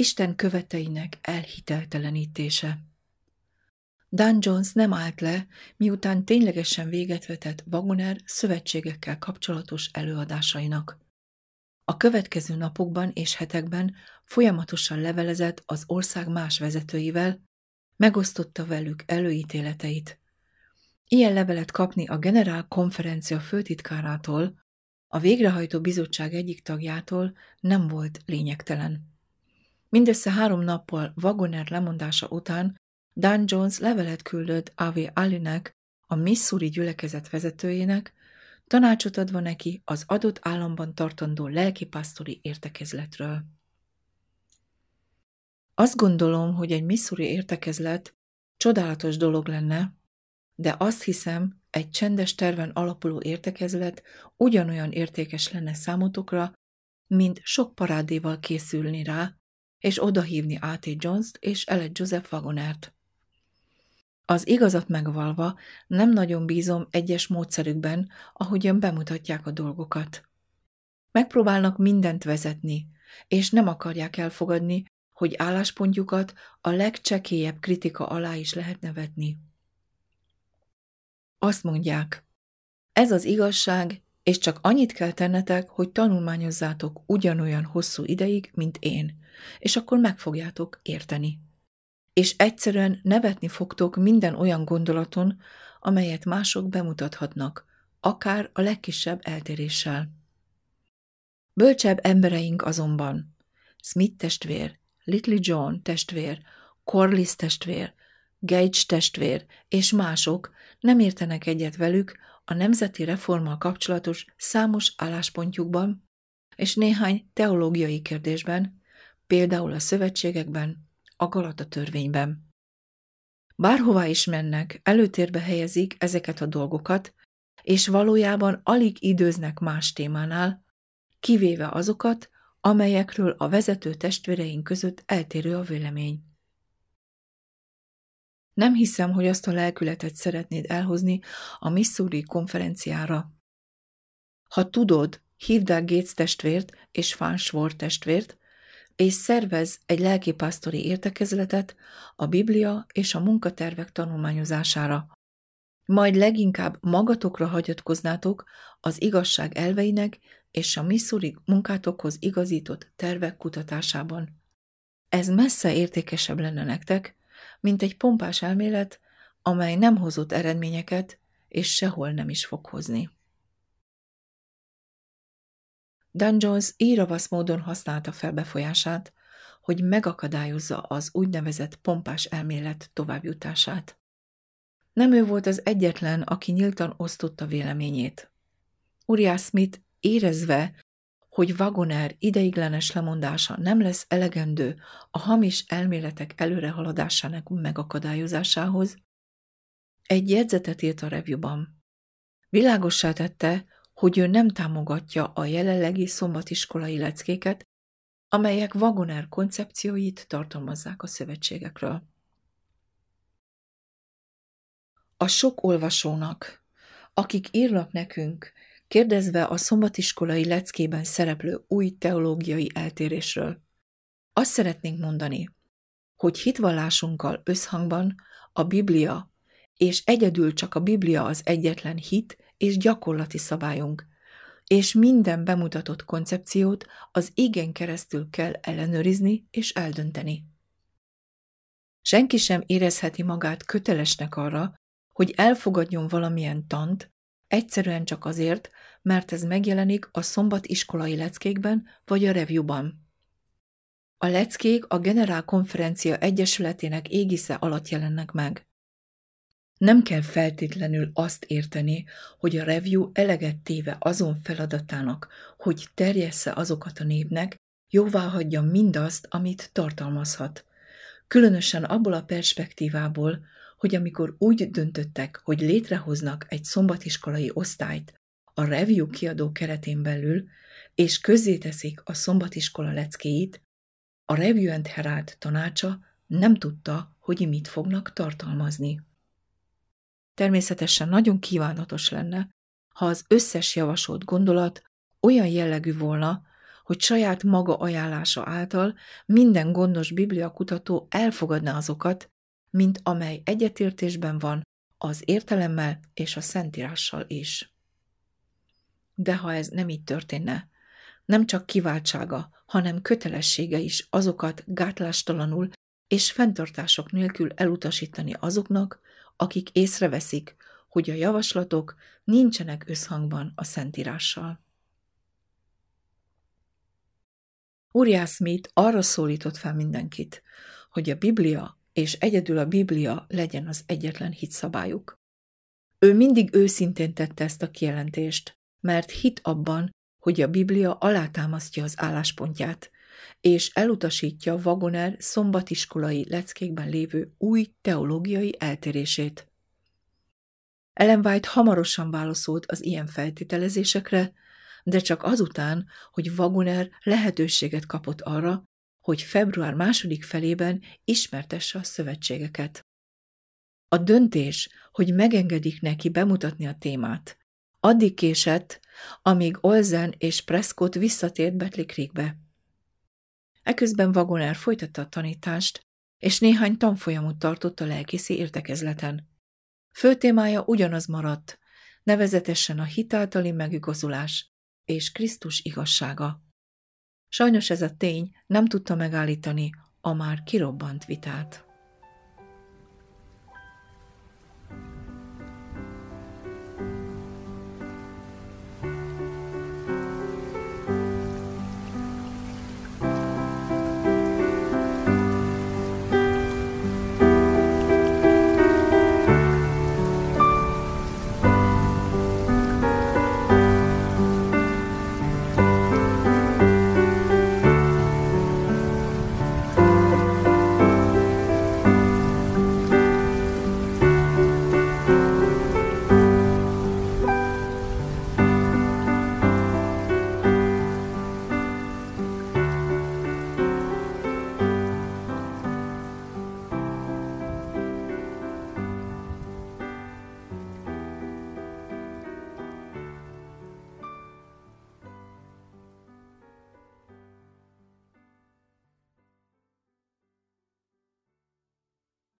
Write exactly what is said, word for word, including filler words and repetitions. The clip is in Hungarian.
Isten követeinek elhiteltelenítése. Dan Jones nem állt le, miután ténylegesen véget vetett Wagoner szövetségekkel kapcsolatos előadásainak. A következő napokban és hetekben folyamatosan levelezett az ország más vezetőivel, megosztotta velük előítéleteit. Ilyen levelet kapni a Generál Konferencia főtitkárától, a végrehajtó bizottság egyik tagjától nem volt lényegtelen. Mindössze három nappal Wagoner lemondása után Dan Jones levelet küldött á vé Allennek, a Missouri gyülekezet vezetőjének, tanácsot adva neki az adott államban tartandó lelkipásztori értekezletről. Azt gondolom, hogy egy Missouri értekezlet csodálatos dolog lenne, de azt hiszem, egy csendes terven alapuló értekezlet ugyanolyan értékes lenne számotokra, mint sok parádéval készülni rá, és odahívni á té Jones-t és Elliot Joseph Wagonert. Az igazat megvalva nem nagyon bízom egyes módszerükben, ahogyan bemutatják a dolgokat. Megpróbálnak mindent vezetni, és nem akarják elfogadni, hogy álláspontjukat a legcsekélyebb kritika alá is lehetne vetni. Azt mondják, ez az igazság, és csak annyit kell tennetek, hogy tanulmányozzátok ugyanolyan hosszú ideig, mint én, és akkor meg fogjátok érteni. És egyszerűen nevetni fogtok minden olyan gondolaton, amelyet mások bemutathatnak, akár a legkisebb eltéréssel. Bölcsebb embereink azonban, Smith testvér, Little John testvér, Corliss testvér, Gage testvér és mások nem értenek egyet velük a nemzeti reformmal kapcsolatos számos álláspontjukban és néhány teológiai kérdésben, például a szövetségekben, a Galata törvényben. Bárhová is mennek, előtérbe helyezik ezeket a dolgokat, és valójában alig időznek más témánál, kivéve azokat, amelyekről a vezető testvéreink között eltérő a vélemény. Nem hiszem, hogy azt a lelkületet szeretnéd elhozni a Missouri konferenciára. Ha tudod, hívd el Gates testvért és Farnsworth testvért, és szervez egy lelkipásztori értekezletet a Biblia és a munkatervek tanulmányozására. Majd leginkább magatokra hagyatkoznátok az igazság elveinek és a Missouri munkátokhoz igazított tervek kutatásában. Ez messze értékesebb lenne nektek, mint egy pompás elmélet, amely nem hozott eredményeket, és sehol nem is fog hozni. Dan Jones íravasz módon használta fel befolyását, hogy megakadályozza az úgynevezett pompás elmélet továbbjutását. Nem ő volt az egyetlen, aki nyíltan osztotta véleményét. Uriah Smith érezve, hogy Wagoner ideiglenes lemondása nem lesz elegendő a hamis elméletek előrehaladásának megakadályozásához, egy jegyzetet írt a Review-ban. Világossá tette, hogy ő nem támogatja a jelenlegi szombatiskolai leckéket, amelyek Wagoner koncepcióit tartalmazzák a szövetségekről. A sok olvasónak, akik írnak nekünk, kérdezve a szombatiskolai leckében szereplő új teológiai eltérésről, azt szeretnénk mondani, hogy hitvallásunkkal összhangban a Biblia, és egyedül csak a Biblia az egyetlen hit és gyakorlati szabályunk, és minden bemutatott koncepciót az igén keresztül kell ellenőrizni és eldönteni. Senki sem érezheti magát kötelesnek arra, hogy elfogadjon valamilyen tant, egyszerűen csak azért, mert ez megjelenik a szombatiskolai leckékben vagy a Review-ban. A leckék a Generál Konferencia Egyesületének égisze alatt jelennek meg. Nem kell feltétlenül azt érteni, hogy a Review eleget téve azon feladatának, hogy terjessze azokat a népnek, jóváhagyja mindazt, amit tartalmazhat. Különösen abból a perspektívából, hogy amikor úgy döntöttek, hogy létrehoznak egy szombatiskolai osztályt a Review kiadó keretén belül, és közzéteszik a szombatiskola leckéit, a Review and Herald tanácsa nem tudta, hogy mit fognak tartalmazni. Természetesen nagyon kívánatos lenne, ha az összes javasolt gondolat olyan jellegű volna, hogy saját maga ajánlása által minden gondos bibliakutató elfogadná azokat, mint amely egyetértésben van az értelemmel és a Szentírással is. De ha ez nem így történne, nem csak kiváltsága, hanem kötelessége is azokat gátlástalanul és fenntartások nélkül elutasítani azoknak, akik észreveszik, hogy a javaslatok nincsenek összhangban a Szentírással. Uriah Smith arra szólított fel mindenkit, hogy a Biblia és egyedül a Biblia legyen az egyetlen hitszabályuk. Ő mindig őszintén tette ezt a kijelentést, mert hit abban, hogy a Biblia alátámasztja az álláspontját, és elutasítja Wagoner szombatiskolai leckékben lévő új teológiai eltérését. Ellen White hamarosan válaszolt az ilyen feltételezésekre, de csak azután, hogy Wagoner lehetőséget kapott arra, hogy február második felében ismertesse a szövetségeket. A döntés, hogy megengedik neki bemutatni a témát, addig késett, amíg Olsen és Prescott visszatért Battle Creekbe. Eközben Wagoner folytatta a tanítást, és néhány tanfolyamot tartott a lelkészi értekezleten. Fő témája ugyanaz maradt, nevezetesen a hit általi megigazulás és Krisztus igazsága. Sajnos ez a tény nem tudta megállítani a már kirobbant vitát.